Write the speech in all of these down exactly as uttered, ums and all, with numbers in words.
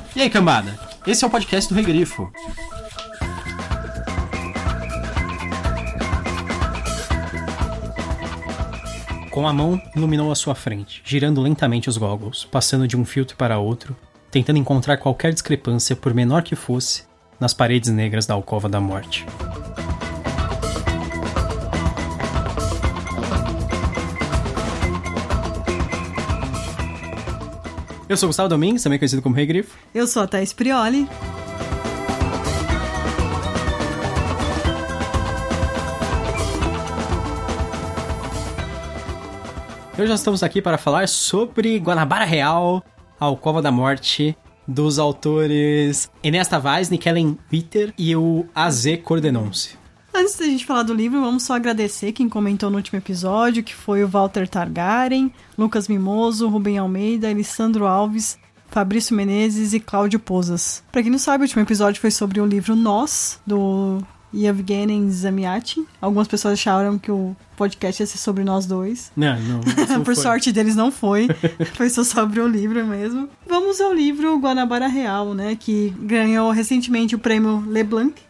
E aí, cambada? Esse é o podcast do Regrifo. Com a mão, iluminou a sua frente, girando lentamente os goggles, passando de um filtro para outro, tentando encontrar qualquer discrepância, por menor que fosse, nas paredes negras da alcova da morte. Eu sou o Gustavo Domingues, também conhecido como Regrifo. Eu sou a Thaís Prioli. Hoje nós estamos aqui para falar sobre Guanabara Real, a Alcova da Morte, dos autores Enéas Tavares, Nikellen Witter e o A Z Cordenonce. Antes da gente falar do livro, vamos só agradecer quem comentou no último episódio, que foi o Walter Targaryen, Lucas Mimoso, Rubem Almeida, Alessandro Alves, Fabrício Menezes e Cláudio Pozas. Pra quem não sabe, o último episódio foi sobre o livro Nós, do Yevgeny Zamyatin. Algumas pessoas acharam que o podcast ia ser sobre nós dois. Não, não. não Por foi. sorte deles não foi. Foi só sobre o livro mesmo. Vamos ao livro Guanabara Real, né? Que ganhou recentemente o prêmio Leblanc.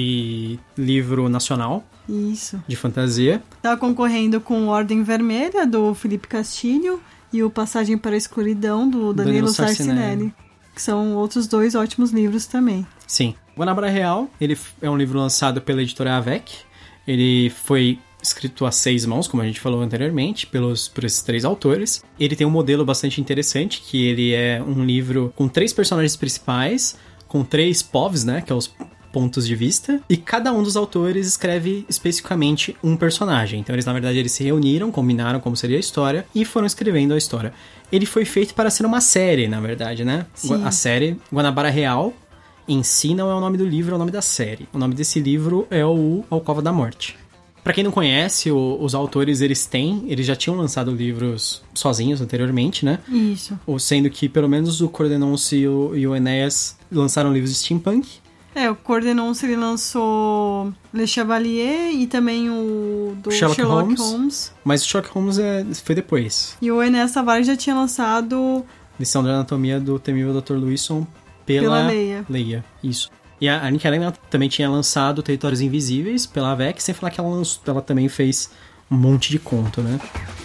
De livro nacional. Isso. De fantasia. Tá concorrendo com Ordem Vermelha, do Felipe Castilho, e o Passagem para a Escuridão, do Danilo, Danilo Sarcinelli. Sarcinelli. Que são outros dois ótimos livros também. Sim. Guanabara Real, ele é um livro lançado pela editora Avec. Ele foi escrito a seis mãos, como a gente falou anteriormente, pelos, por esses três autores. Ele tem um modelo bastante interessante, que ele é um livro com três personagens principais, com três P O Vs, né, que é os pontos de vista, e cada um dos autores escreve especificamente um personagem. Então eles, na verdade, eles se reuniram, combinaram como seria a história, e foram escrevendo a história. Ele foi feito para ser uma série, na verdade, né? Sim. A série Guanabara Real em si não é o nome do livro, é o nome da série. O nome desse livro é o Alcova da Morte. Pra quem não conhece, o, os autores, eles têm, eles já tinham lançado livros sozinhos anteriormente, né? Isso. Ou sendo que, pelo menos, o Cordenonce e o, e o Enéas lançaram livros de steampunk. É, o Cordenonce, ele lançou Le Chevalier e também o do Sherlock, Sherlock Holmes, Holmes. Mas o Sherlock Holmes é, foi depois. E o Enéas Tavares já tinha lançado Lição de Anatomia do Temível doutor Lewison pela, pela Leia. Leia. Isso. E a, a Nikellen também tinha lançado Territórios Invisíveis pela Avec, sem falar que ela, lançou, ela também fez um monte de conto, né?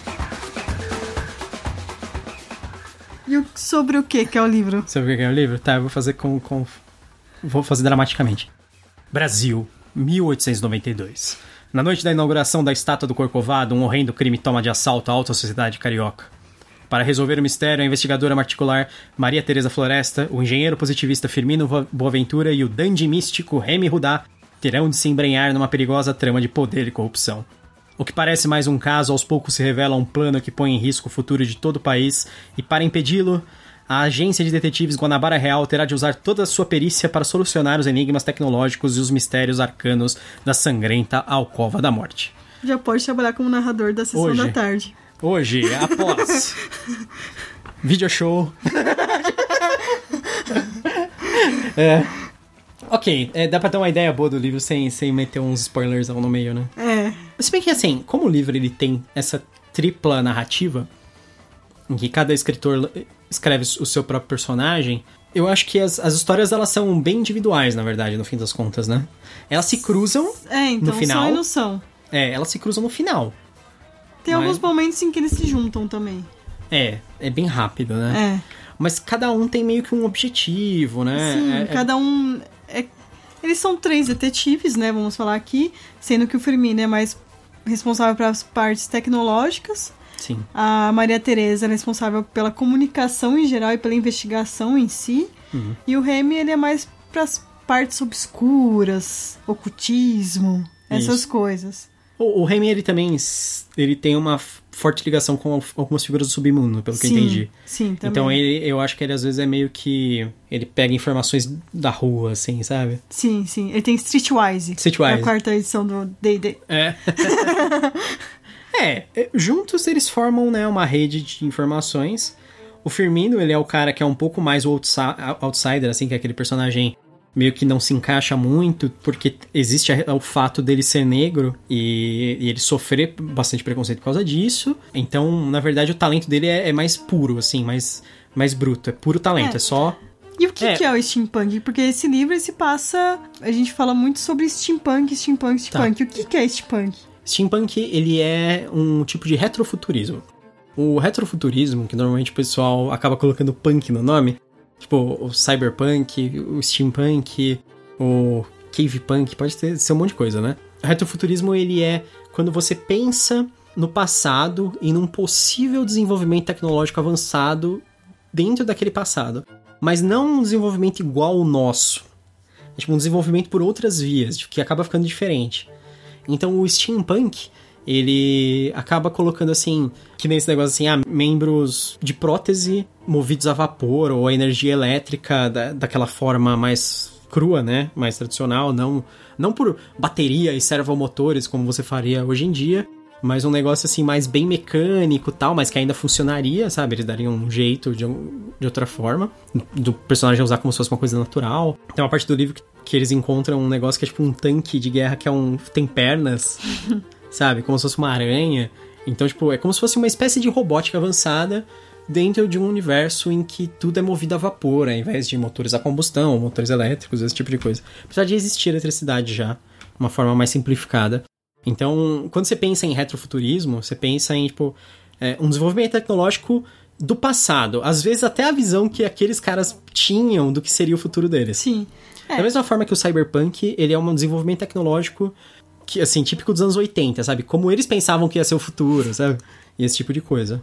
E o, sobre o que que é o livro? Sobre o que é o livro? Tá, eu vou fazer com... com... Vou fazer dramaticamente. Brasil, mil oitocentos e noventa e dois. Na noite da inauguração da estátua do Corcovado, um horrendo crime toma de assalto a alta sociedade carioca. Para resolver o mistério, a investigadora particular Maria Teresa Floresta, o engenheiro positivista Firmino Boaventura e o dandy místico Remy Rudá terão de se embrenhar numa perigosa trama de poder e corrupção. O que parece mais um caso, aos poucos se revela um plano que põe em risco o futuro de todo o país, e para impedi-lo, a agência de detetives Guanabara Real terá de usar toda a sua perícia para solucionar os enigmas tecnológicos e os mistérios arcanos da sangrenta Alcova da Morte. Já pode trabalhar como narrador da sessão Hoje. da tarde. Hoje, após video show. é. Ok, é, dá pra ter uma ideia boa do livro sem, sem meter uns spoilers no meio, né? É. Se bem que, assim, como o livro ele tem essa tripla narrativa, em que cada escritor escreve o seu próprio personagem, eu acho que as, as histórias elas são bem individuais, na verdade, no fim das contas, né? Elas se cruzam é, então, no final. São e não são. É, elas se cruzam no final. Tem Mas... alguns momentos em que eles se juntam também. É, é bem rápido, né? É. Mas cada um tem meio que um objetivo, né? Sim, é, cada um... É... Eles são três detetives, né? Vamos falar aqui. Sendo que o Firmino é mais responsável pelas partes tecnológicas. Sim. A Maria Teresa é responsável pela comunicação em geral e pela investigação em si. Uhum. E o Remy, ele é mais para as partes obscuras, ocultismo, essas Isso. coisas. O, o Remy, ele também ele tem uma forte ligação com algumas figuras do submundo, pelo que sim, eu entendi. Sim, também. Então ele, eu acho que ele às vezes é meio que... Ele pega informações da rua, assim, sabe? Sim, sim. Ele tem Streetwise. Streetwise. É a quarta edição do D e D. É. é, juntos eles formam, né, uma rede de informações. O Firmino, ele é o cara que é um pouco mais o outsider, assim, que é aquele personagem meio que não se encaixa muito, porque existe o fato dele ser negro e, e ele sofrer bastante preconceito por causa disso. Então, na verdade, o talento dele é, é mais puro, assim, mais, mais bruto. É puro talento, é, é só E o que é. É. que é o steampunk? Porque esse livro se passa... A gente fala muito sobre steampunk, steampunk, steampunk. Tá. O que, que é steampunk? Steampunk, ele é um tipo de retrofuturismo. O retrofuturismo, que normalmente o pessoal acaba colocando punk no nome, tipo o cyberpunk, o steampunk, o cavepunk, pode ter, ser um monte de coisa, né? O retrofuturismo, ele é quando você pensa no passado e num possível desenvolvimento tecnológico avançado dentro daquele passado. Mas não um desenvolvimento igual ao nosso. É tipo um desenvolvimento por outras vias, que acaba ficando diferente. Então o steampunk, ele acaba colocando assim, que nem esse negócio assim, ah, membros de prótese movidos a vapor ou a energia elétrica da, daquela forma mais crua, né? Mais tradicional, não, não por bateria e servomotores como você faria hoje em dia, mas um negócio assim mais bem mecânico e tal, mas que ainda funcionaria, sabe? Eles dariam um jeito de, um, de outra forma, do personagem usar como se fosse uma coisa natural. Tem uma parte do livro que, que eles encontram um negócio que é tipo um tanque de guerra que é um, tem pernas, sabe? Como se fosse uma aranha. Então, tipo, é como se fosse uma espécie de robótica avançada dentro de um universo em que tudo é movido a vapor, ao invés de motores a combustão, motores elétricos, esse tipo de coisa. Apesar de existir eletricidade já, uma forma mais simplificada. Então, quando você pensa em retrofuturismo, você pensa em, tipo, é, um desenvolvimento tecnológico do passado. Às vezes até a visão que aqueles caras tinham do que seria o futuro deles. Sim. É. Da mesma forma que o cyberpunk, ele é um desenvolvimento tecnológico que, assim, típico dos anos oitenta, sabe? Como eles pensavam que ia ser o futuro, sabe? E esse tipo de coisa.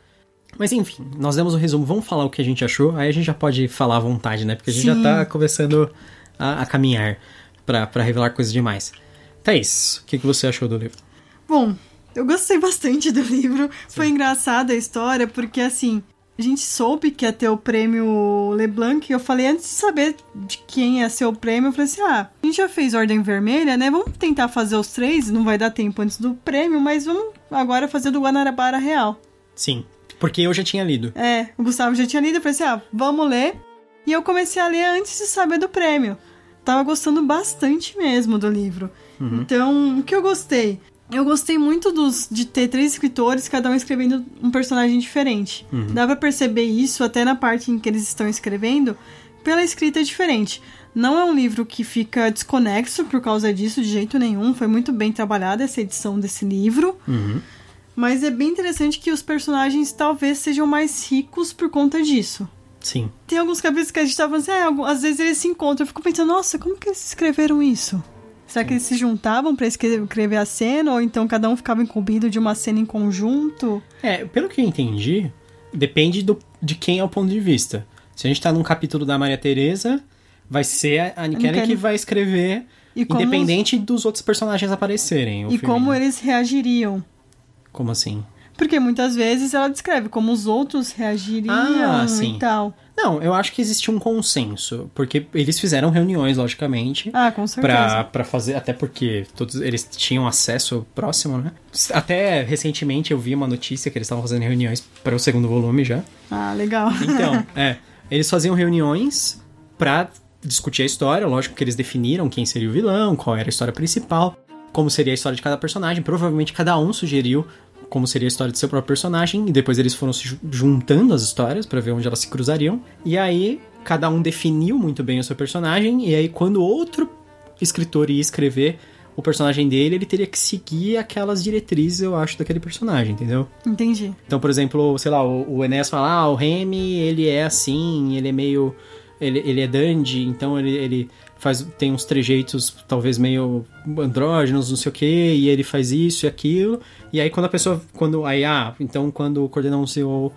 Mas enfim, nós demos um resumo. Vamos falar o que a gente achou. Aí a gente já pode falar à vontade, né? Porque a gente Sim. já tá começando a, a caminhar pra, pra revelar coisas demais. Thaís, o que, que você achou do livro? Bom, eu gostei bastante do livro. Sim. Foi engraçada a história, porque assim, a gente soube que ia ter o prêmio Leblanc, e eu falei, antes de saber de quem ia ser o prêmio, eu falei assim, ah, a gente já fez Ordem Vermelha, né? Vamos tentar fazer os três, não vai dar tempo antes do prêmio, mas vamos agora fazer do Guanabara Real. Sim, porque eu já tinha lido. É, o Gustavo já tinha lido, eu falei assim, ah, vamos ler. E eu comecei a ler antes de saber do prêmio. Tava gostando bastante mesmo do livro. Uhum. Então, o que eu gostei? Eu gostei muito dos, de ter três escritores, cada um escrevendo um personagem diferente. Uhum. Dá pra perceber isso até na parte em que eles estão escrevendo, pela escrita diferente. Não é um livro que fica desconexo por causa disso, de jeito nenhum. Foi muito bem trabalhada essa edição desse livro. Uhum. Mas é bem interessante que os personagens talvez sejam mais ricos por conta disso. Sim. Tem alguns capítulos que a gente tá falando assim, é, às vezes eles se encontram. Eu fico pensando, nossa, como que eles escreveram isso? Será Sim. que eles se juntavam pra escrever a cena? Ou então cada um ficava incumbido de uma cena em conjunto? É, pelo que eu entendi, depende do, de quem é o ponto de vista. Se a gente tá num capítulo da Maria Teresa, vai ser a Aniquele que vai escrever, independente os... dos outros personagens aparecerem. E como eles reagiriam. Como assim? Porque muitas vezes ela descreve como os outros reagiriam ah, sim. e tal. Não, eu acho que existe um consenso, porque eles fizeram reuniões, logicamente. Ah, com certeza. Pra, pra fazer, até porque todos eles tinham acesso próximo, né? Até recentemente eu vi uma notícia que eles estavam fazendo reuniões para o segundo volume já. Ah, legal. Então, é, eles faziam reuniões pra discutir a história, lógico que eles definiram quem seria o vilão, qual era a história principal, como seria a história de cada personagem, provavelmente cada um sugeriu como seria a história do seu próprio personagem, e depois eles foram se juntando as histórias pra ver onde elas se cruzariam, e aí cada um definiu muito bem o seu personagem, e aí quando outro escritor ia escrever o personagem dele, ele teria que seguir aquelas diretrizes, eu acho, daquele personagem, entendeu? Entendi. Então, por exemplo, sei lá, o, o Enéas fala, ah, o Remy, ele é assim, ele é meio... Ele, ele é dandy, então ele, ele faz, tem uns trejeitos talvez meio andrógenos, não sei o que, e ele faz isso e aquilo, e aí quando a pessoa, quando, aí, ah, então quando o coordenação ou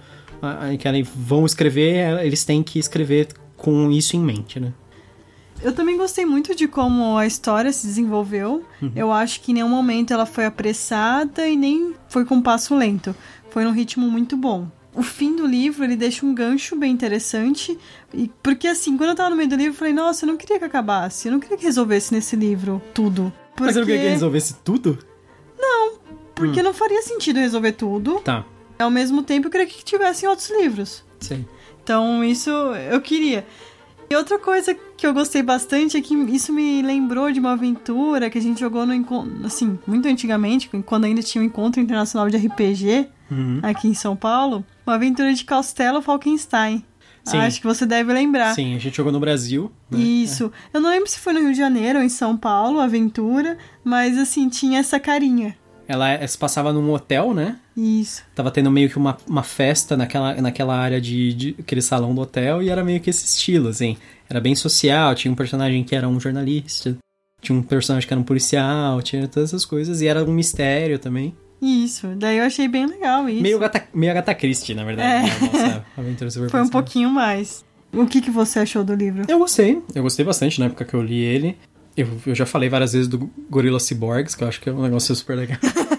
que vão escrever, eles têm que escrever com isso em mente, né? Eu também gostei muito de como a história se desenvolveu. Uhum. Eu acho que em nenhum momento ela foi apressada e nem foi com um passo lento. Foi num ritmo muito bom. O fim do livro, ele deixa um gancho bem interessante, e porque assim, quando eu tava no meio do livro, eu falei, nossa, eu não queria que acabasse, eu não queria que resolvesse nesse livro tudo. Porque... Mas eu não queria que resolvesse tudo? Não, porque hum. não faria sentido resolver tudo. Tá. Ao mesmo tempo, eu queria que tivessem outros livros. Sim. Então, isso eu queria. E outra coisa que eu gostei bastante é que isso me lembrou de uma aventura que a gente jogou no encontro, assim, muito antigamente, quando ainda tinha um encontro internacional de R P G, uhum. aqui em São Paulo. Uma aventura de Castelo Falkenstein. Sim. Acho que você deve lembrar. Sim, a gente jogou no Brasil. Né? Isso. É. Eu não lembro se foi no Rio de Janeiro ou em São Paulo, Aventura, mas assim, tinha essa carinha. Ela se passava num hotel, né? Isso. Tava tendo meio que uma, uma festa naquela, naquela área de, de... aquele salão do hotel e era meio que esse estilo, assim. Era bem social, tinha um personagem que era um jornalista, tinha um personagem que era um policial, tinha todas essas coisas. E era um mistério também. Isso. Daí eu achei bem legal isso. Meio Gata, meio Agatha Christie, na verdade. É. Né? Nossa, aventura super Foi um pesada. pouquinho mais. O que, que você achou do livro? Eu gostei. Eu gostei bastante na época que eu li ele. Eu, eu já falei várias vezes do Gorilla Cyborgs, que eu acho que é um negócio super legal.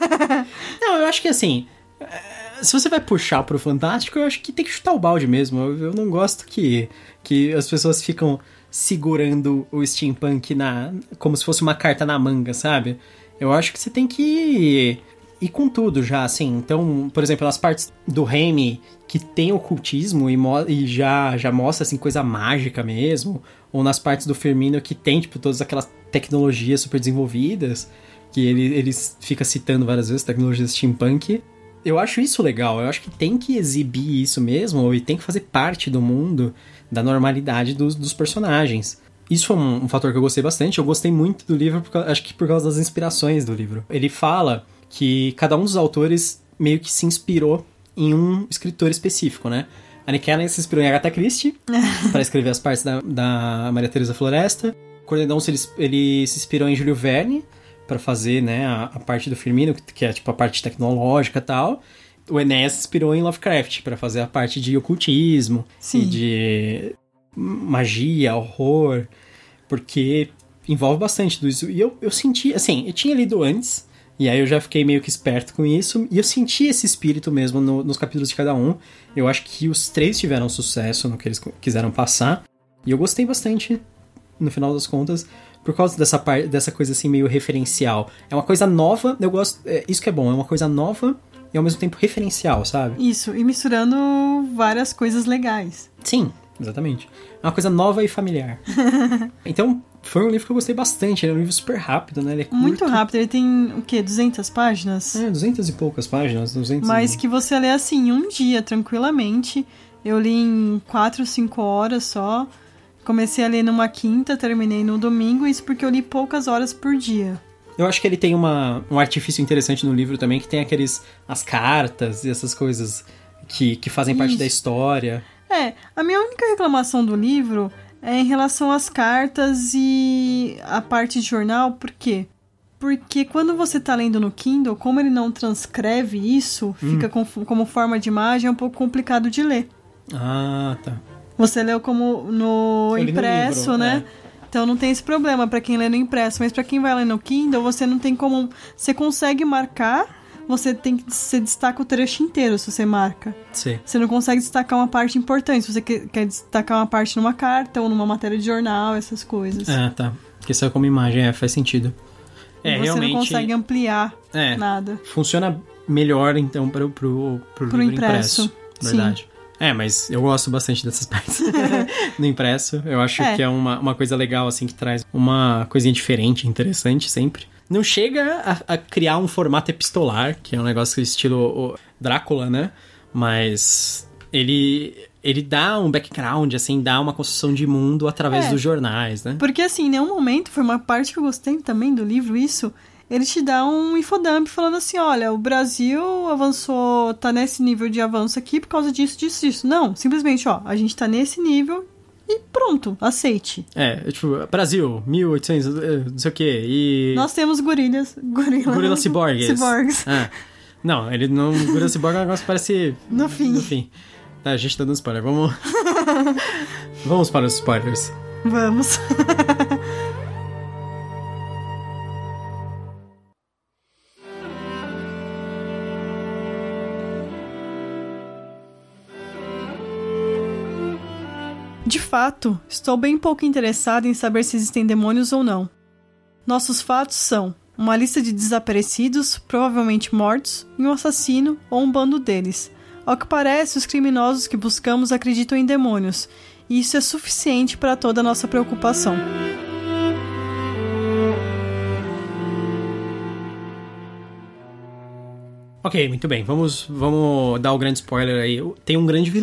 Não, eu acho que assim, se você vai puxar pro fantástico, eu acho que tem que chutar o balde mesmo. Eu, eu não gosto que, que as pessoas ficam segurando o steampunk na, como se fosse uma carta na manga, sabe? Eu acho que você tem que ir com tudo já, assim. Então, por exemplo, nas partes do Raimi que tem ocultismo e, mo- e já, já mostra, assim, coisa mágica mesmo, ou nas partes do Firmino que tem, tipo, todas aquelas tecnologias super desenvolvidas, que ele, ele fica citando várias vezes, tecnologias steampunk. Eu acho isso legal, eu acho que tem que exibir isso mesmo, e tem que fazer parte do mundo, da normalidade dos, dos personagens. Isso foi um, um fator que eu gostei bastante. Eu gostei muito do livro, porque, acho que por causa das inspirações do livro. Ele fala que cada um dos autores meio que se inspirou em um escritor específico, né? A Nick Allen se inspirou em Agatha Christie para escrever as partes da, da Maria Teresa Floresta. O Cornedon ele, ele se inspirou em Júlio Verne para fazer, né, a, a parte do Firmino, que é tipo a parte tecnológica e tal. O Enéas se inspirou em Lovecraft para fazer a parte de ocultismo. Sim. E de magia, horror, porque envolve bastante disso. E eu, eu senti, assim, eu tinha lido antes, e aí eu já fiquei meio que esperto com isso, e eu senti esse espírito mesmo no, nos capítulos de cada um. Eu acho que os três tiveram sucesso no que eles quiseram passar, e eu gostei bastante, no final das contas, por causa dessa, par- dessa coisa assim meio referencial. É uma coisa nova, eu gosto, é, isso que é bom, é uma coisa nova e ao mesmo tempo referencial, sabe? Isso, e misturando várias coisas legais. Sim, exatamente. É uma coisa nova e familiar. Então, foi um livro que eu gostei bastante. Ele é um livro super rápido, né? Ele é curto. Muito rápido, ele tem, o quê, duzentas páginas? É, duzentas e poucas páginas, duzentas Mas e... que você lê assim, em um dia, tranquilamente. Eu li em quatro, cinco horas só. Comecei a ler numa quinta, terminei no domingo. Isso porque eu li poucas horas por dia. Eu acho que ele tem uma, um artifício interessante no livro também, que tem aqueles... as cartas e essas coisas que, que fazem parte Isso. da história. É, a minha única reclamação do livro é em relação às cartas e a parte de jornal. Por quê? Porque quando você tá lendo no Kindle, como ele não transcreve isso, Hum. fica com, como forma de imagem, é um pouco complicado de ler. Ah, tá. Você leu como no Eu li no impresso, livro, né? é. Então não tem esse problema pra quem lê no impresso, mas pra quem vai ler no Kindle, você não tem como... Você consegue marcar, você tem que... Você destaca o trecho inteiro se você marca. Sim. Você não consegue destacar uma parte importante, se você quer, quer destacar uma parte numa carta ou numa matéria de jornal, essas coisas. Ah, tá. Porque saiu como imagem, é, faz sentido. E É, você realmente... não consegue ampliar É, nada. funciona melhor, então, pro, pro, pro, Pro livro impresso. impresso. Verdade. É, mas eu gosto bastante dessas partes no impresso. Eu acho É. que é uma, uma coisa legal, assim, que traz uma coisinha diferente, interessante sempre. Não chega a, a criar um formato epistolar, que é um negócio estilo o Drácula, né? Mas ele, ele dá um background, assim, dá uma construção de mundo através É. dos jornais, né? Porque assim, em nenhum momento, foi uma parte que eu gostei também do livro, isso... Ele te dá um infodump falando assim, olha, o Brasil avançou, tá nesse nível de avanço aqui por causa disso, disso, disso. Não, simplesmente, ó, a gente tá nesse nível e pronto, aceite. É, tipo, Brasil, mil e oitocentos, eh, não sei o quê, e... Nós temos gorilhas, gorila... Gorila Cyborgs. Cyborgs. Ah, não, ele não... Gorila Cyborg é um negócio que parece... No fim. No fim. Tá, a gente tá dando spoiler. Vamos... Vamos para os spoilers. Vamos. De fato, estou bem pouco interessado em saber se existem demônios ou não. Nossos fatos são uma lista de desaparecidos, provavelmente mortos, e um assassino ou um bando deles. Ao que parece, os criminosos que buscamos acreditam em demônios, e isso é suficiente para toda a nossa preocupação. Ok, muito bem. Vamos, vamos dar o grande spoiler aí. Tem um grande vilão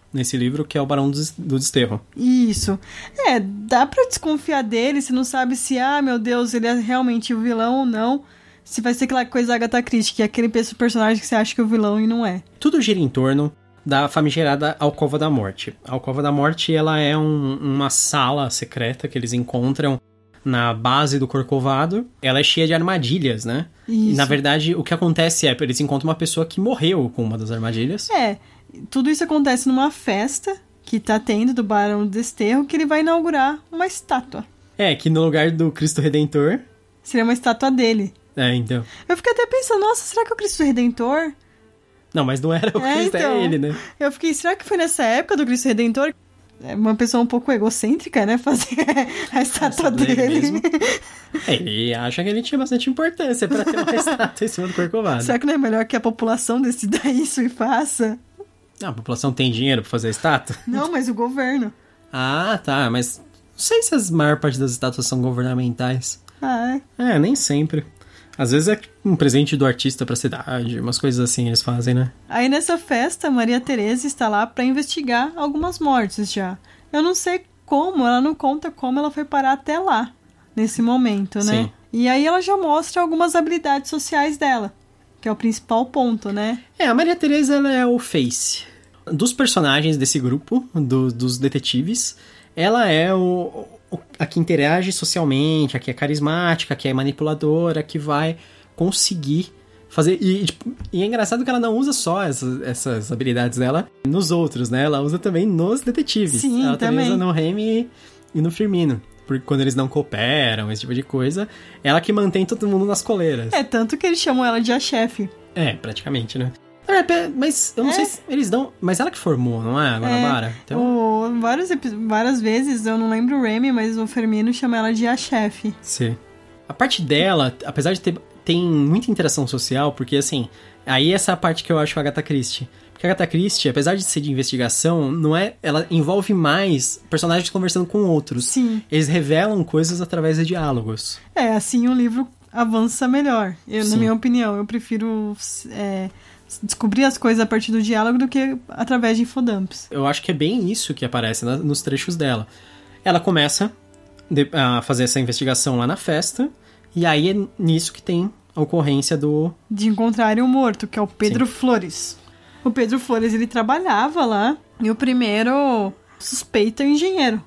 nesse livro, que é o Barão do Desterro. Isso. É, dá pra desconfiar dele, você não sabe se, ah, meu Deus, ele é realmente o vilão ou não. Se vai ser aquela coisa Agatha Christie, que é aquele personagem que você acha que é o vilão e não é. Tudo gira em torno da famigerada Alcova da Morte. A Alcova da Morte, ela é um, uma sala secreta que eles encontram na base do Corcovado. Ela é cheia de armadilhas, né? Isso. E, na verdade, o que acontece é, eles encontram uma pessoa que morreu com uma das armadilhas. É, tudo isso acontece numa festa que tá tendo do Barão do Desterro, que ele vai inaugurar uma estátua. É, que no lugar do Cristo Redentor... seria uma estátua dele. É, então. Eu fiquei até pensando, nossa, será que é o Cristo Redentor? Não, mas não era o é, Cristo, então, é ele, né? Eu fiquei, será que foi nessa época do Cristo Redentor? É uma pessoa um pouco egocêntrica, né? Fazer a estátua dele. Mesmo. É, ele acha que ele tinha bastante importância pra ter uma estátua em cima do Corcovado. Será que não é melhor que a população decida isso e faça? Não, a população tem dinheiro pra fazer a estátua? Não, mas o governo. Ah, tá, mas não sei se a maior parte das estátuas são governamentais. Ah, é? É, nem sempre. Às vezes é um presente do artista pra cidade, umas coisas assim eles fazem, né? Aí nessa festa, Maria Teresa está lá pra investigar algumas mortes já. Eu não sei como, ela não conta como ela foi parar até lá, nesse momento, né? Sim. E aí ela já mostra algumas habilidades sociais dela, que é o principal ponto, né? É, a Maria Teresa, ela é o face. Dos personagens desse grupo, do, dos detetives, ela é o... a que interage socialmente, a que é carismática, a que é manipuladora, a que vai conseguir fazer... E, tipo, e é engraçado que ela não usa só essas, essas habilidades dela nos outros, né? Ela usa também nos detetives. Sim, ela também, também usa no Remy e no Firmino. Porque quando eles não cooperam, esse tipo de coisa, ela que mantém todo mundo nas coleiras. É, tanto que eles chamam ela de a chefe. É, praticamente, né? É, mas eu não é. sei se eles dão... Mas ela que formou, não é, a Guanabara? É, então... o, várias, várias vezes, eu não lembro o Remy, mas o Firmino chama ela de a chefe. Sim. A parte dela, apesar de ter... Tem muita interação social, porque, assim... Aí essa é a parte que eu acho a Agatha Christie. Porque a Agatha Christie, apesar de ser de investigação, não é... Ela envolve mais personagens conversando com outros. Sim. Eles revelam coisas através de diálogos. É, assim o livro avança melhor. Eu, na Sim. minha opinião, eu prefiro... É, descobrir as coisas a partir do diálogo do que através de infodumps. Eu acho que é bem isso que aparece na, nos trechos dela. Ela começa de, a fazer essa investigação lá na festa, e aí é nisso que tem a ocorrência do... De encontrarem o morto, que é o Pedro Sim. Flores. O Pedro Flores, ele trabalhava lá, e o primeiro suspeito é o engenheiro.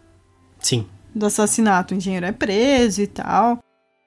Sim. Do assassinato. O engenheiro é preso e tal.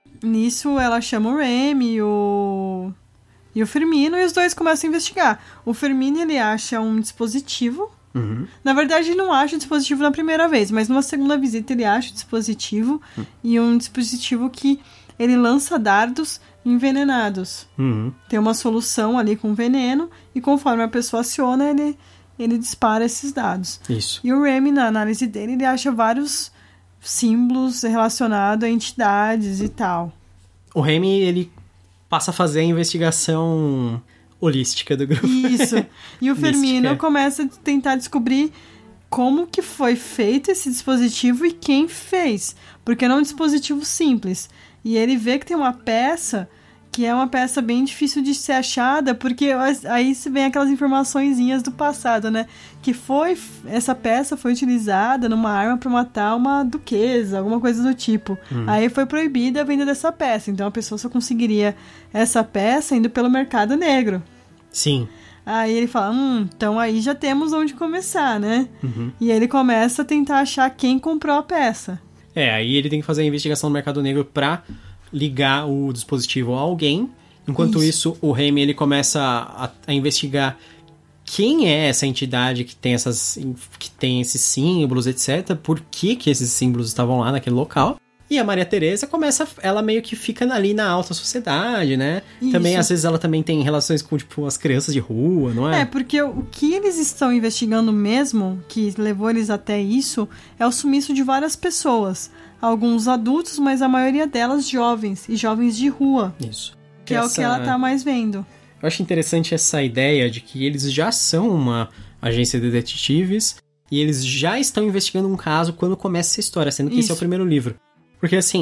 Nisso, ela chama o Remy, o... e o Firmino, e os dois começam a investigar. O Firmino, ele acha um dispositivo. Uhum. Na verdade, ele não acha o dispositivo na primeira vez, mas numa segunda visita ele acha o dispositivo. Uhum. E um dispositivo que ele lança dardos envenenados. Uhum. Tem uma solução ali com veneno, e conforme a pessoa aciona, ele, ele dispara esses dados. Isso. E o Remy, na análise dele, ele acha vários símbolos relacionados a entidades e tal. O Remy, ele passa a fazer a investigação holística do grupo. Isso. E o Firmino Mística. começa a tentar descobrir como que foi feito esse dispositivo e quem fez. Porque não é um dispositivo simples. E ele vê que tem uma peça que é uma peça bem difícil de ser achada, porque aí se vem aquelas informaçõezinhas do passado, né? Que foi, essa peça foi utilizada numa arma para matar uma duquesa, alguma coisa do tipo. Hum. Aí foi proibida a venda dessa peça, então a pessoa só conseguiria essa peça indo pelo mercado negro. Sim. Aí ele fala, hum, então aí já temos onde começar, né? Uhum. E ele começa a tentar achar quem comprou a peça. É, aí ele tem que fazer a investigação no mercado negro pra ligar o dispositivo a alguém. Enquanto isso, isso o Remy, ele começa a, a investigar quem é essa entidade que tem, essas, que tem esses símbolos, etcétera. Por que que esses símbolos estavam lá naquele local. E a Maria Teresa começa, ela meio que fica ali na alta sociedade, né? Isso. Também, às vezes, ela também tem relações com, tipo, as crianças de rua, não é? É, porque o que eles estão investigando mesmo, que levou eles até isso, é o sumiço de várias pessoas. Alguns adultos, mas a maioria delas jovens, e jovens de rua. Isso. Que essa... é o que ela tá mais vendo. Eu acho interessante essa ideia de que eles já são uma agência de detetives e eles já estão investigando um caso quando começa essa história, sendo que Isso. esse é o primeiro livro. Porque, assim,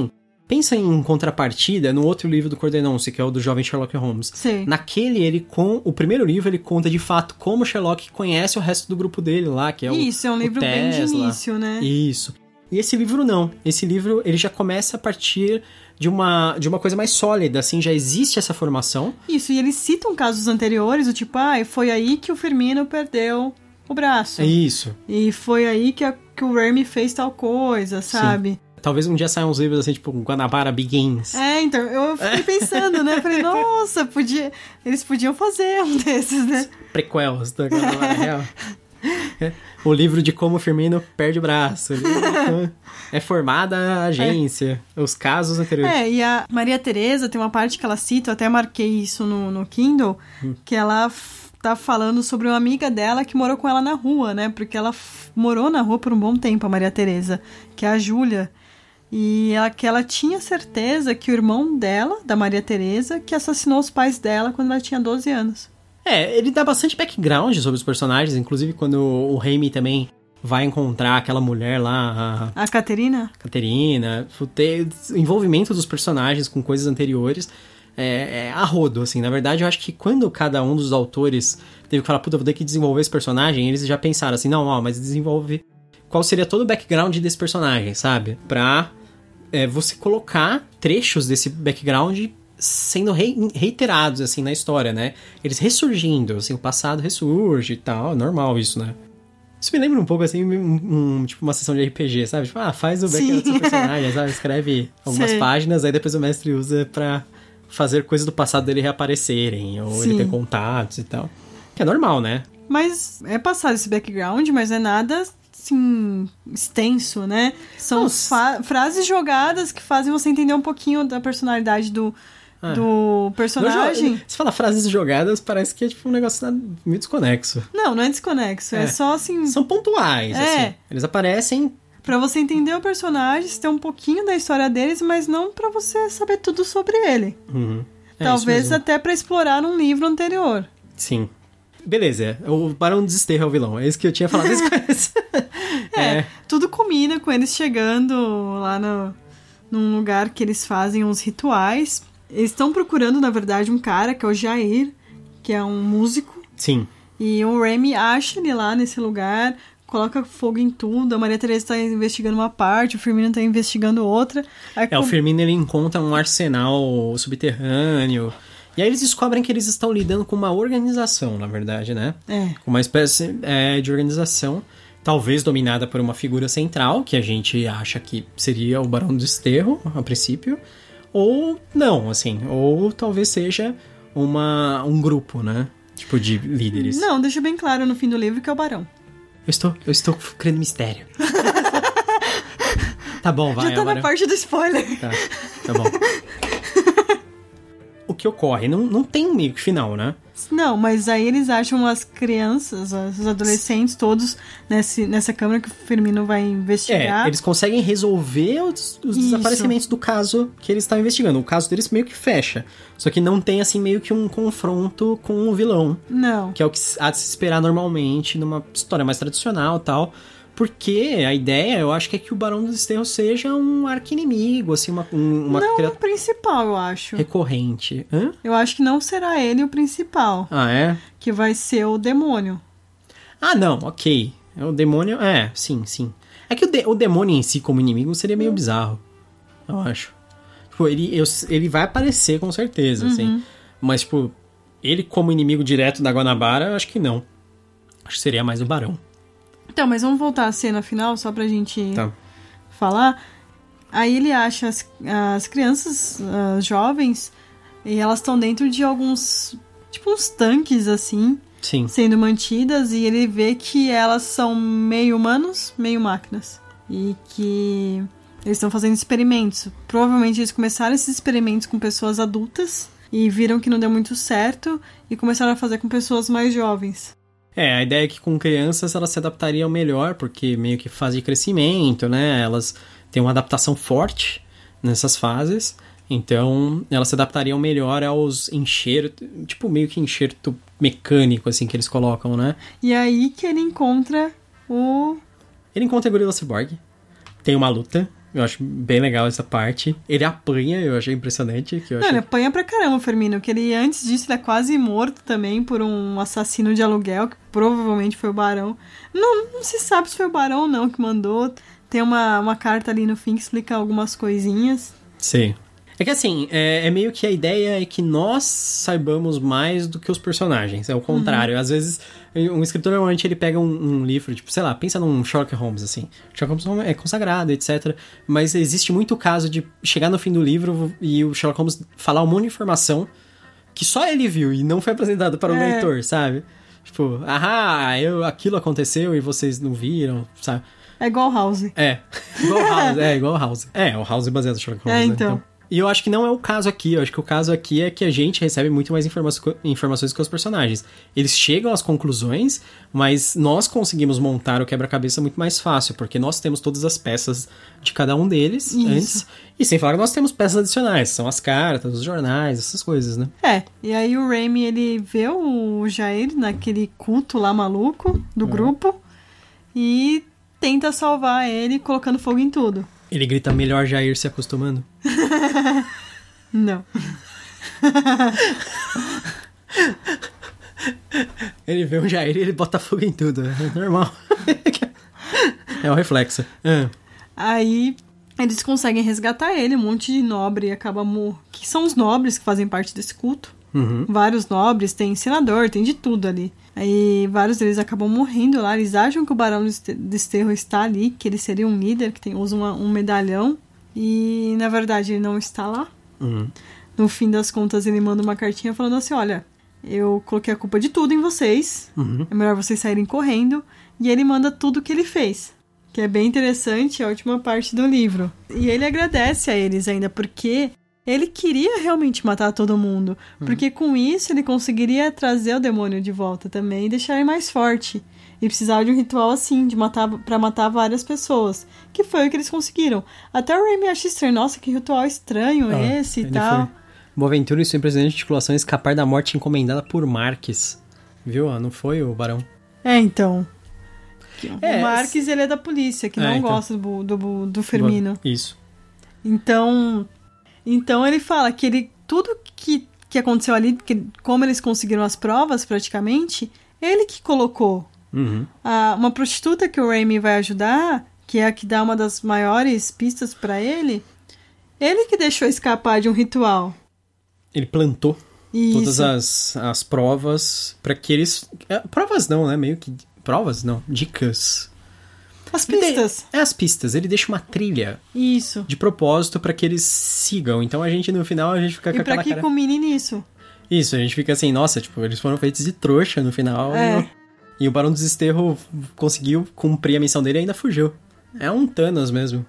Pensa em contrapartida no outro livro do Cordenonce, que é o do jovem Sherlock Holmes. Sim. Naquele, ele com o primeiro livro, ele conta de fato como Sherlock conhece o resto do grupo dele lá, que é o Isso, é um livro bem de início, né? Isso. E esse livro não. Esse livro, ele já começa a partir de uma, de uma coisa mais sólida, assim, já existe essa formação. Isso, e eles citam casos anteriores, do tipo, ah, foi aí que o Firmino perdeu o braço. É isso. E foi aí que, a, que o Remy fez tal coisa, sabe? Sim. Talvez um dia saiam uns livros assim, tipo Guanabara Begins. É, então, eu fiquei pensando, né? Falei, nossa, podia... eles podiam fazer um desses, né? Prequels da Guanabara Real. É, o livro de como o Firmino perde o braço. O livro de como é formada a agência. É. Os casos anteriores. É, e a Maria Tereza tem uma parte que ela cita, eu até marquei isso no, no Kindle, hum. que ela f- tá falando sobre uma amiga dela que morou com ela na rua, né? Porque ela f- morou na rua por um bom tempo, a Maria Tereza, que é a Júlia. E ela, que ela tinha certeza que o irmão dela, da Maria Tereza, que assassinou os pais dela quando ela tinha doze anos. É, ele dá bastante background sobre os personagens, inclusive quando o Raimi também vai encontrar aquela mulher lá... A, a Caterina? Caterina, ter envolvimento dos personagens com coisas anteriores, é, é a rodo, assim. Na verdade, eu acho que quando cada um dos autores teve que falar, puta, vou ter que desenvolver esse personagem, eles já pensaram assim, não, ó, mas desenvolve... Qual seria todo o background desse personagem, sabe? Pra é, você colocar trechos desse background sendo rei, reiterados, assim, na história, né? Eles ressurgindo, assim, o passado ressurge e tal, normal isso, né? Isso me lembra um pouco, assim, um, um, tipo uma sessão de R P G, sabe? Tipo, ah, faz o background do seu personagem, sabe? Escreve algumas Sim. páginas, aí depois o mestre usa pra fazer coisas do passado dele reaparecerem, ou Sim. ele ter contatos e tal. Que é normal, né? Mas é passado esse background, mas é nada... assim, extenso, né? São fa- frases jogadas que fazem você entender um pouquinho da personalidade do, ah. do personagem. Jo- Você fala frases jogadas, parece que é tipo um negócio meio desconexo. Não, não é desconexo, é, é só assim... São pontuais, é. assim. Eles aparecem... Pra você entender o personagem, você ter um pouquinho da história deles, mas não pra você saber tudo sobre ele. Uhum. É Talvez até pra explorar um livro anterior. Sim. Beleza, o Barão do Desterro é o vilão. É isso que eu tinha falado desde o começo. É, é, tudo combina com eles chegando lá no, num lugar que eles fazem uns rituais. Eles estão procurando, na verdade, um cara que é o Jair, que é um músico. Sim. E o Remy acha ele lá nesse lugar, coloca fogo em tudo. A Maria Teresa está investigando uma parte, o Firmino está investigando outra. Aí, é, com... o Firmino ele encontra um arsenal subterrâneo. E aí eles descobrem que eles estão lidando com uma organização, na verdade, né? É. Com uma espécie é, de organização, talvez dominada por uma figura central, que a gente acha que seria o Barão do Desterro, a princípio. Ou não, assim. Ou talvez seja uma, um grupo, né? Tipo, de líderes. Não, deixa bem claro no fim do livro que é o Barão. Eu estou, eu estou criando mistério. Tá bom, vai. Já tá na parte do spoiler. Tá, tá bom. O que ocorre? Não, não tem meio que final, né? Não, mas aí eles acham as crianças, os adolescentes, todos nesse, nessa câmara que o Firmino vai investigar. É, eles conseguem resolver os, os desaparecimentos do caso que eles estão investigando. O caso deles meio que fecha. Só que não tem, assim, meio que um confronto com o vilão. Não. Que é o que há de se esperar normalmente numa história mais tradicional e tal. Porque a ideia, eu acho que é que o Barão do Desterro seja um arqui-inimigo, assim, uma, uma não criatura... o principal, eu acho. Recorrente. Hã? Eu acho que não será ele o principal. Ah, é? Que vai ser o demônio. Ah, não, ok. O demônio, é, sim, sim. É que o, de, o demônio em si como inimigo seria meio bizarro, eu acho. Tipo, ele, eu, ele vai aparecer com certeza, uhum. assim. Mas, tipo, ele como inimigo direto da Guanabara, eu acho que não. Acho que seria mais o Barão. Então, mas vamos voltar à cena final, só pra gente tá. falar. Aí ele acha as, as crianças, as jovens, e elas estão dentro de alguns, tipo uns tanques, assim, Sim. sendo mantidas, e ele vê que elas são meio humanos, meio máquinas. E que eles estão fazendo experimentos. Provavelmente eles começaram esses experimentos com pessoas adultas, e viram que não deu muito certo, e começaram a fazer com pessoas mais jovens. É, a ideia é que com crianças elas se adaptariam melhor, porque meio que fase de crescimento, né? Elas têm uma adaptação forte nessas fases, então elas se adaptariam melhor aos enxertos, tipo meio que enxerto mecânico, assim, que eles colocam, né? E aí que ele encontra o... Ele encontra o Gorila Cyborg, tem uma luta, Eu acho bem legal essa parte. Ele apanha, eu achei impressionante. Que eu Não, achei... ele apanha pra caramba, o Firmino, que ele, antes disso, ele é quase morto também por um assassino de aluguel, que provavelmente foi o Barão. Não, não se sabe se foi o Barão ou não que mandou. Tem uma, uma carta ali no fim que explica algumas coisinhas. Sim. É que assim, é, é meio que a ideia é que nós saibamos mais do que os personagens. É o contrário. Uhum. Às vezes, um escritor normalmente ele pega um, um livro, tipo, sei lá, pensa num Sherlock Holmes, assim. Sherlock Holmes é consagrado, etcétera. Mas existe muito o caso de chegar no fim do livro e o Sherlock Holmes falar um monte de informação que só ele viu e não foi apresentado para o é. leitor, sabe? Tipo, ah, eu, aquilo aconteceu e vocês não viram, sabe? É igual House. É, igual House, é igual House. É, o House é baseado no Sherlock Holmes, é, né? então. então... E eu acho que não é o caso aqui. Eu acho que o caso aqui é que a gente recebe muito mais informa- informações que os personagens. Eles chegam às conclusões, mas nós conseguimos montar o quebra-cabeça muito mais fácil, porque nós temos todas as peças de cada um deles Isso. antes. E sem falar que nós temos peças adicionais, são as cartas, os jornais, essas coisas, né? É, e aí o Raimi, ele vê o Jair naquele culto lá maluco do é. grupo e tenta salvar ele colocando fogo em tudo. Ele grita, melhor Jair se acostumando? Não. Ele vê o Jair e ele bota fogo em tudo. É normal. É o reflexo. É. Aí eles conseguem resgatar ele, um monte de nobre acaba morrendo. Que são os nobres que fazem parte desse culto. Uhum. Vários nobres, tem senador, tem de tudo ali. Aí vários deles acabam morrendo lá. Eles acham que o Barão de Desterro está ali, que ele seria um líder, que tem, usa uma, um medalhão. E, na verdade, ele não está lá. Uhum. No fim das contas, ele manda uma cartinha falando assim, olha, eu coloquei a culpa de tudo em vocês. Uhum. É melhor vocês saírem correndo. E ele manda tudo que ele fez. Que é bem interessante, é a última parte do livro. E ele agradece a eles ainda, porque... ele queria realmente matar todo mundo, hum. porque com isso ele conseguiria trazer o demônio de volta também e deixar ele mais forte. E precisava de um ritual assim, de matar, pra matar várias pessoas. Que foi o que eles conseguiram. Até o Raimi acha estranho, nossa, que ritual estranho ah, esse e tal. Foi. Boaventura e seu presidente de articulação escapar da morte encomendada por Marques. Viu? Não foi o Barão. É, então. É, o Marques, ele é da polícia, que é, não então. gosta do, do, do Firmino. Isso. Então... Então ele fala que ele, tudo que, que aconteceu ali, que, como eles conseguiram as provas praticamente, ele que colocou. Uhum. A, uma prostituta que o Raimi vai ajudar, que é a que dá uma das maiores pistas pra ele, ele que deixou escapar de um ritual. Ele plantou Isso. todas as, as provas pra que eles... É, provas não, né? Meio que... Provas não, dicas... As pistas. É as pistas. Ele deixa uma trilha. Isso. De propósito pra que eles sigam. Então a gente, no final, a gente fica com e aquela pra que cara... culmine nisso. Isso, a gente fica assim, nossa, tipo, eles foram feitos de trouxa no final. É. E, e o Barão do Desterro conseguiu cumprir a missão dele e ainda fugiu. É um Thanos mesmo.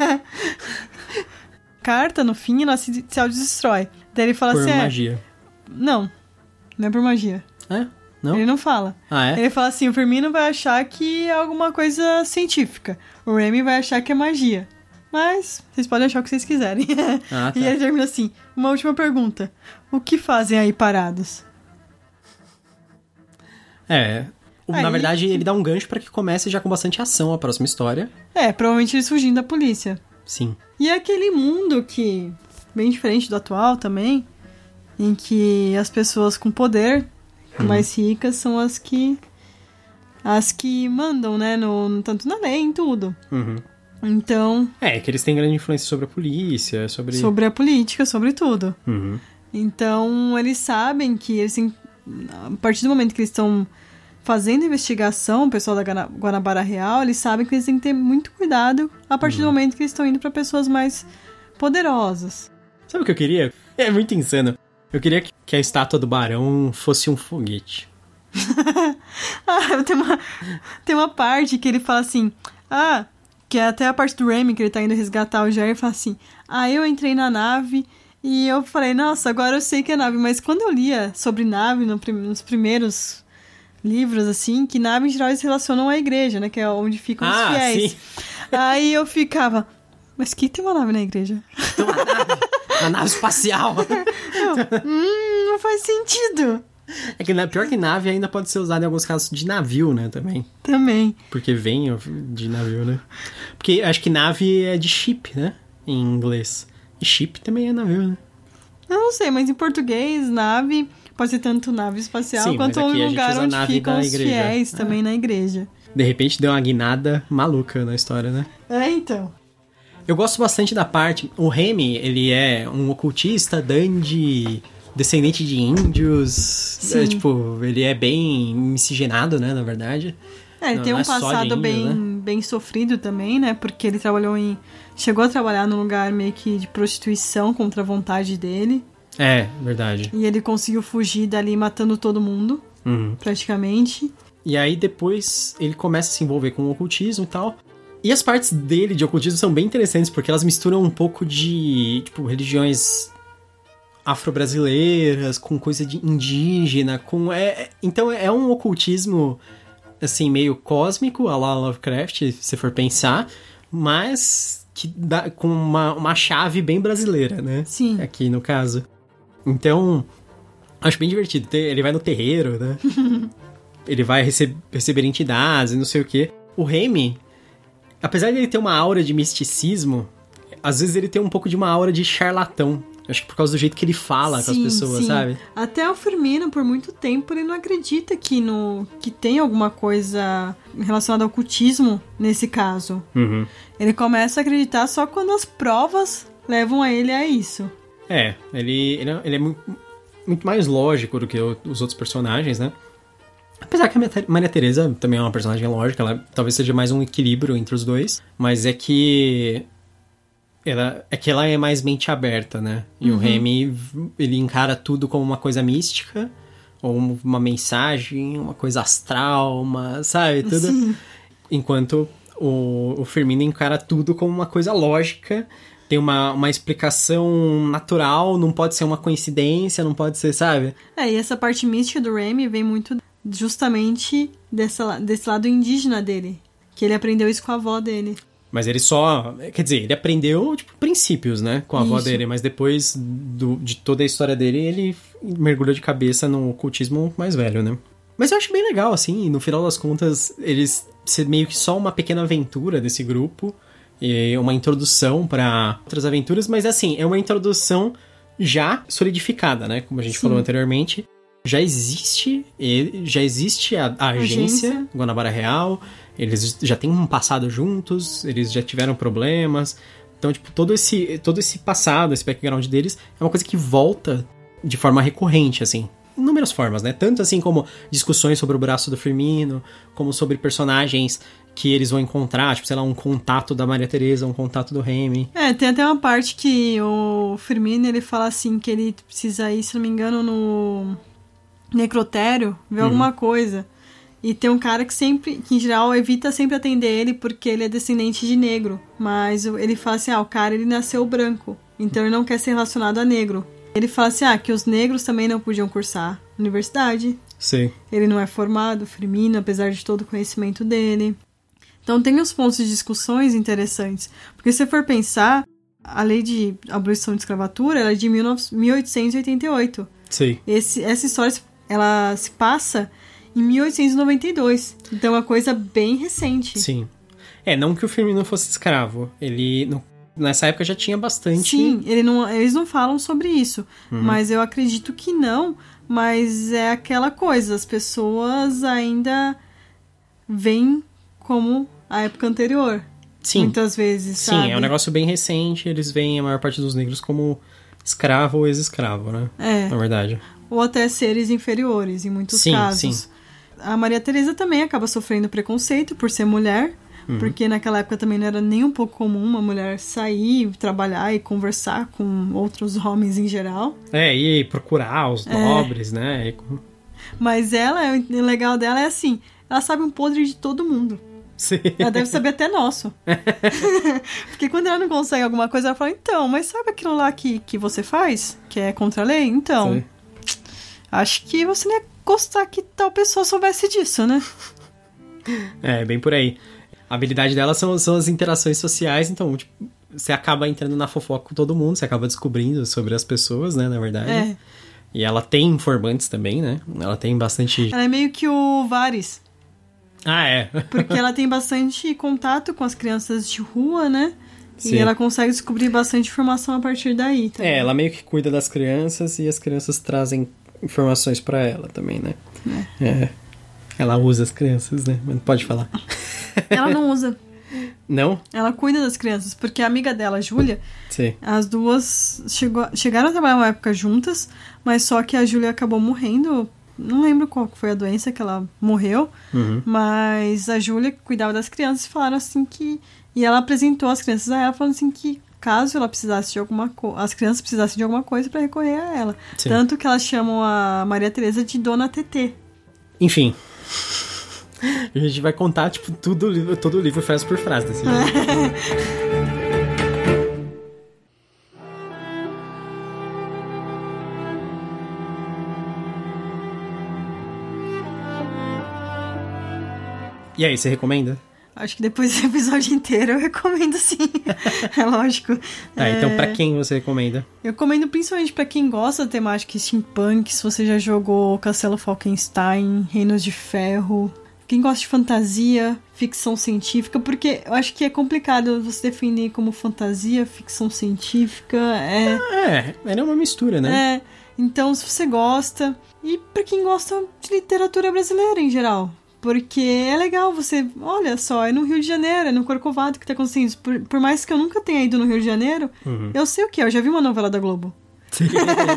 Carta, no fim, ela se, se autodestrói. Daí ele fala por assim... Por magia. É... Não, não é por magia. É? Não? Ele não fala. Ah, é? Ele fala assim, o Firmino vai achar que é alguma coisa científica. O Raimi vai achar que é magia. Mas vocês podem achar o que vocês quiserem. Ah, tá. E ele termina assim, uma última pergunta. O que fazem aí parados? É... Aí, na verdade, ele dá um gancho pra que comece já com bastante ação a próxima história. É, provavelmente eles fugindo da polícia. Sim. E é aquele mundo que... bem diferente do atual também. Em que as pessoas com poder... mais ricas são as que as que mandam, né, no, tanto na lei, em tudo. Uhum. Então... É, que eles têm grande influência sobre a polícia, sobre... Sobre a política, sobre tudo. Uhum. Então, eles sabem que, eles, a partir do momento que eles estão fazendo investigação, o pessoal da Guanabara Real, eles sabem que eles têm que ter muito cuidado a partir uhum. do momento que eles estão indo para pessoas mais poderosas. Sabe o que eu queria? É muito insano. Eu queria que a estátua do Barão fosse um foguete. ah, tem uma, tem uma parte que ele fala assim... Ah, que é até a parte do Raimi, que ele tá indo resgatar o Jair, e fala assim... Ah, eu entrei na nave e eu falei... Nossa, agora eu sei que é nave. Mas quando eu lia sobre nave no, nos primeiros livros, assim... Que nave, em geral, eles relacionam à igreja, né? Que é onde ficam ah, os fiéis. Sim. Aí eu ficava... Mas que tem uma nave na igreja? Tem uma nave... Uma nave espacial. Eu, hum, não faz sentido. É que pior que nave ainda pode ser usado em alguns casos de navio, né, também. Também. Porque vem de navio, né? Porque acho que nave é de ship, né? Em inglês. E ship também é navio, né? Eu não sei, mas em português, nave pode ser tanto nave espacial Sim, quanto um lugar onde ficam os fiéis é. também na igreja. De repente deu uma guinada maluca na história, né? É, então. Eu gosto bastante da parte... O Remy, ele é um ocultista, dandy... descendente de índios, é, tipo, ele é bem miscigenado, né, na verdade. É, ele não, tem um é passado índio, bem, né? bem sofrido também, né, porque ele trabalhou em... Chegou a trabalhar num lugar meio que de prostituição contra a vontade dele. É, verdade. E ele conseguiu fugir dali matando todo mundo, uhum. praticamente. E aí depois ele começa a se envolver com o ocultismo e tal. E as partes dele de ocultismo são bem interessantes, porque elas misturam um pouco de, tipo, religiões... afro-brasileiras, com coisa de indígena, com... É, então é um ocultismo, assim, meio cósmico, a la Lovecraft, se for pensar, mas que dá, com uma, uma chave bem brasileira, né? Sim. Aqui, no caso. Então, acho bem divertido. Ele vai no terreiro, né? Ele vai receber, receber entidades e não sei o quê. O Remy, apesar de ele ter uma aura de misticismo, às vezes ele tem um pouco de uma aura de charlatão. Acho que por causa do jeito que ele fala sim, com as pessoas, sim. sabe? Até o Firmino, por muito tempo, ele não acredita que, no, que tem alguma coisa relacionada ao ocultismo nesse caso. Uhum. Ele começa a acreditar só quando as provas levam a ele a isso. É, ele, ele, é, ele é muito, muito mais lógico do que os outros personagens, né? Apesar que a Maria Teresa também é uma personagem lógica, ela talvez seja mais um equilíbrio entre os dois, mas é que... Ela, é que ela é mais mente aberta, né? E uhum. o Remy, ele encara tudo como uma coisa mística, ou uma mensagem, uma coisa astral, uma, sabe? Tudo. Sim. Enquanto o, o Firmino encara tudo como uma coisa lógica, tem uma, uma explicação natural, não pode ser uma coincidência, não pode ser, sabe? É, e essa parte mística do Remy vem muito justamente dessa, desse lado indígena dele, que ele aprendeu isso com a avó dele. Mas ele só... Quer dizer, ele aprendeu, tipo, princípios, né? Com a Isso. avó dele. Mas depois do, de toda a história dele, ele mergulhou de cabeça no ocultismo mais velho, né? Mas eu acho bem legal, assim. No final das contas, eles ser meio que só uma pequena aventura desse grupo. E uma introdução para outras aventuras. Mas, assim, é uma introdução já solidificada, né? Como a gente Sim. falou anteriormente. Já existe, já existe a, a agência, agência Guanabara Real... Eles já têm um passado juntos, eles já tiveram problemas. Então, tipo, todo esse, todo esse passado, esse background deles é uma coisa que volta de forma recorrente, assim. Inúmeras formas, né? Tanto assim como discussões sobre o braço do Firmino, como sobre personagens que eles vão encontrar, tipo, sei lá, um contato da Maria Teresa, um contato do Remy. É, tem até uma parte que o Firmino, ele fala assim, que ele precisa ir, se não me engano, no necrotério, ver uhum. alguma coisa. E tem um cara que sempre, que em geral evita sempre atender ele porque ele é descendente de negro. Mas ele fala assim, ah, o cara ele nasceu branco, então ele não quer ser relacionado a negro. Ele fala assim, ah, que os negros também não podiam cursar universidade. Sim. Ele não é formado, Firmino, apesar de todo o conhecimento dele. Então tem uns pontos de discussões interessantes. Porque se você for pensar, a lei de abolição de escravatura ela é de mil oitocentos e oitenta e oito. Sim. Esse, essa história ela se passa... em mil oitocentos e noventa e dois. Então é uma coisa bem recente. Sim. É, não que o Firmino fosse escravo. Ele, no, nessa época, já tinha bastante... Sim, ele não, eles não falam sobre isso. Uhum. Mas eu acredito que não. Mas é aquela coisa, as pessoas ainda veem como a época anterior. Sim. Muitas vezes, Sim, sabe? é um negócio bem recente. Eles veem a maior parte dos negros como escravo ou ex-escravo, né? É. Na verdade. Ou até seres inferiores, em muitos sim, casos. Sim. A Maria Teresa também acaba sofrendo preconceito por ser mulher, uhum. porque naquela época também não era nem um pouco comum uma mulher sair, trabalhar e conversar com outros homens em geral. É, e procurar os nobres, é. né? Mas ela, o legal dela é assim, ela sabe um podre de todo mundo. Sim. Ela deve saber até nosso. Porque quando ela não consegue alguma coisa, ela fala, então, mas sabe aquilo lá que, que você faz? Que é contra a lei? Então, Sim. acho que você não ia gostar que tal pessoa soubesse disso, né? É, bem por aí. A habilidade dela são, são as interações sociais, então, tipo, você acaba entrando na fofoca com todo mundo, você acaba descobrindo sobre as pessoas, né, na verdade. É. E ela tem informantes também, né? Ela tem bastante... Ela é meio que o Varys. Ah, é. Porque ela tem bastante contato com as crianças de rua, né? Sim. E ela consegue descobrir bastante informação a partir daí. Também. É, ela meio que cuida das crianças e as crianças trazem informações pra ela também, né? É. é. Ela usa as crianças, né? Mas pode falar. Ela não usa. Não? Ela cuida das crianças, porque a amiga dela, a Júlia, Sim. as duas chegou, chegaram a trabalhar uma época juntas, mas só que a Júlia acabou morrendo. Não lembro qual foi a doença que ela morreu, uhum. mas a Júlia cuidava das crianças e falaram assim que... E ela apresentou as crianças a ela, falando assim que caso ela precisasse de alguma coisa, as crianças precisassem de alguma coisa para recorrer a ela. Sim. Tanto que elas chamam a Maria Teresa de Dona Tetê. Enfim... A gente vai contar, tipo, tudo, todo o livro frase por frase desse livro. E aí, você recomenda? Acho que depois desse episódio inteiro eu recomendo sim. É lógico. Ah, é... então pra quem você recomenda? Eu recomendo principalmente pra quem gosta da temática steampunk, se você já jogou Castelo Falkenstein, Reinos de Ferro... Quem gosta de fantasia, ficção científica, porque eu acho que é complicado você definir como fantasia, ficção científica, é... É, é uma mistura, né? É, então se você gosta, e pra quem gosta de literatura brasileira em geral, porque é legal você, olha só, é no Rio de Janeiro, é no Corcovado que tá acontecendo isso, por, por mais que eu nunca tenha ido no Rio de Janeiro, uhum. eu sei o que é, eu já vi uma novela da Globo. Sim.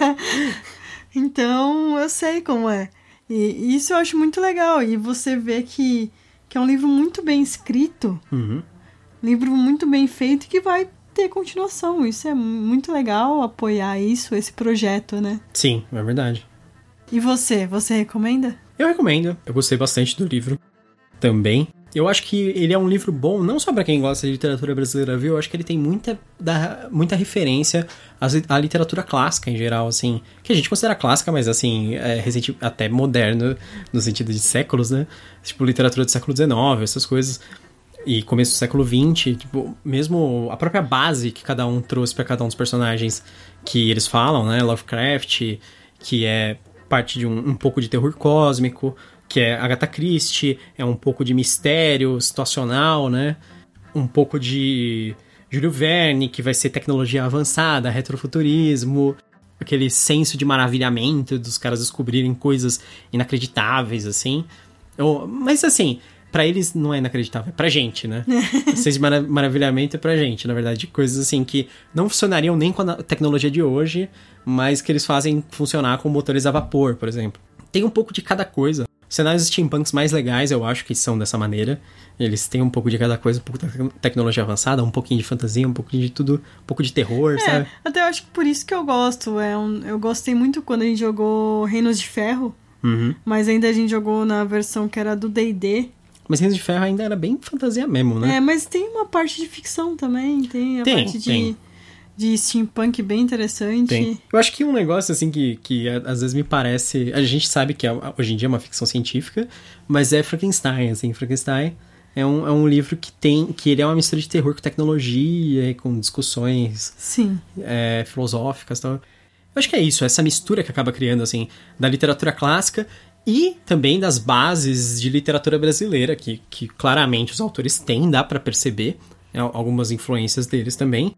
Então, eu sei como é. E isso eu acho muito legal. E você vê que, que é um livro muito bem escrito. Uhum. Livro muito bem feito que vai ter continuação. Isso é muito legal, apoiar isso, esse projeto, né? Sim, é verdade. E você? Você recomenda? Eu recomendo. Eu gostei bastante do livro também. Eu acho que ele é um livro bom, não só pra quem gosta de literatura brasileira, viu? Eu acho que ele tem muita, da, muita referência à literatura clássica em geral, assim. Que a gente considera clássica, mas assim, é recente, até moderno, no sentido de séculos, né? Tipo, literatura do século dezenove, essas coisas. E começo do século vinte, tipo, mesmo a própria base que cada um trouxe pra cada um dos personagens que eles falam, né? Lovecraft, que é parte de um, um pouco de terror cósmico, que é Agatha Christie, é um pouco de mistério situacional, né? Um pouco de Júlio Verne, que vai ser tecnologia avançada, retrofuturismo, aquele senso de maravilhamento dos caras descobrirem coisas inacreditáveis, assim. Ou, mas, assim, pra eles não é inacreditável, é pra gente, né? Senso de mara- maravilhamento é pra gente, na verdade. Coisas, assim, que não funcionariam nem com a tecnologia de hoje, mas que eles fazem funcionar com motores a vapor, por exemplo. Tem um pouco de cada coisa. Os cenários steampunks mais legais, eu acho que são dessa maneira. Eles têm um pouco de cada coisa, um pouco de tecnologia avançada, um pouquinho de fantasia, um pouquinho de tudo, um pouco de terror, é, sabe? Até eu acho que por isso que eu gosto. É um, eu gostei muito quando a gente jogou Reinos de Ferro, uhum. mas ainda a gente jogou na versão que era do D e D. Mas Reinos de Ferro ainda era bem fantasia mesmo, né? É, mas tem uma parte de ficção também, tem a tem, parte de... Tem. de steampunk bem interessante. Tem. Eu acho que um negócio, assim, que, que às vezes me parece... A gente sabe que hoje em dia é uma ficção científica, mas é Frankenstein, assim. Frankenstein é um, é um livro que tem... Que ele é uma mistura de terror com tecnologia, com discussões... Sim. É, filosóficas e tal. Eu acho que é isso, essa mistura que acaba criando, assim, da literatura clássica e também das bases de literatura brasileira, que, que claramente os autores têm, dá pra perceber, né, algumas influências deles também.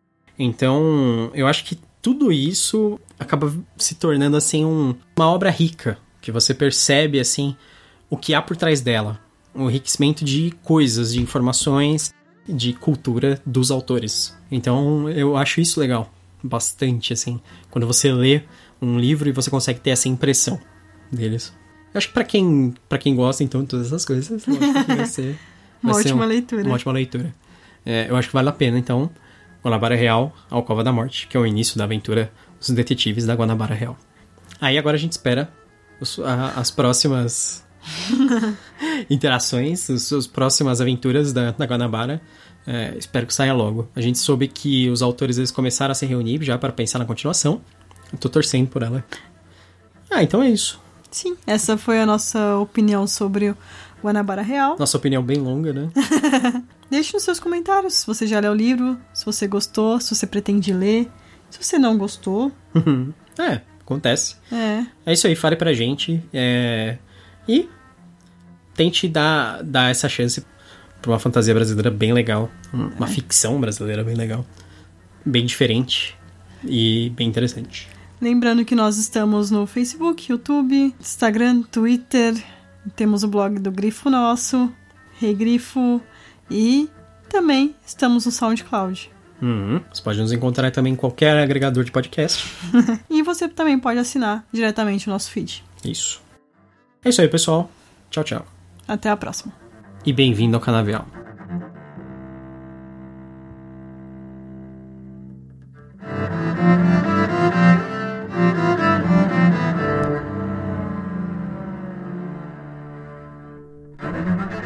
Então, eu acho que tudo isso acaba se tornando, assim, um, uma obra rica, que você percebe, assim, o que há por trás dela. O enriquecimento de coisas, de informações, de cultura dos autores. Então, eu acho isso legal, bastante, assim, quando você lê um livro e você consegue ter essa impressão deles. Eu acho que pra quem, pra quem gosta, então, de todas essas coisas, lógico que vai ser... Vai uma ser ótima um, leitura. Uma ótima leitura. É, eu acho que vale a pena, então... Guanabara Real, A Alcova da Morte, que é o início da aventura dos detetives da Guanabara Real. Aí agora a gente espera os, a, as próximas interações, as, as próximas aventuras da, da Guanabara. É, espero que saia logo. A gente soube que os autores eles começaram a se reunir já para pensar na continuação. Eu tô torcendo por ela. Ah, então é isso. Sim, essa foi a nossa opinião sobre o Guanabara Real. Nossa opinião bem longa, né? Deixe nos seus comentários se você já leu o livro, se você gostou, se você pretende ler, se você não gostou. É, Acontece. É. É isso aí, fale pra gente. É... E tente dar, dar essa chance pra uma fantasia brasileira bem legal. Uma é. ficção brasileira bem legal. Bem diferente e bem interessante. Lembrando que nós estamos no Facebook, YouTube, Instagram, Twitter. Temos o blog do Grifo Nosso, Rei Grifo. E também estamos no SoundCloud. Uhum. Você pode nos encontrar também em qualquer agregador de podcast. E você também pode assinar diretamente o nosso feed. Isso. É isso aí, pessoal. Tchau, tchau. Até a próxima. E bem-vindo ao Canavial. Thank you.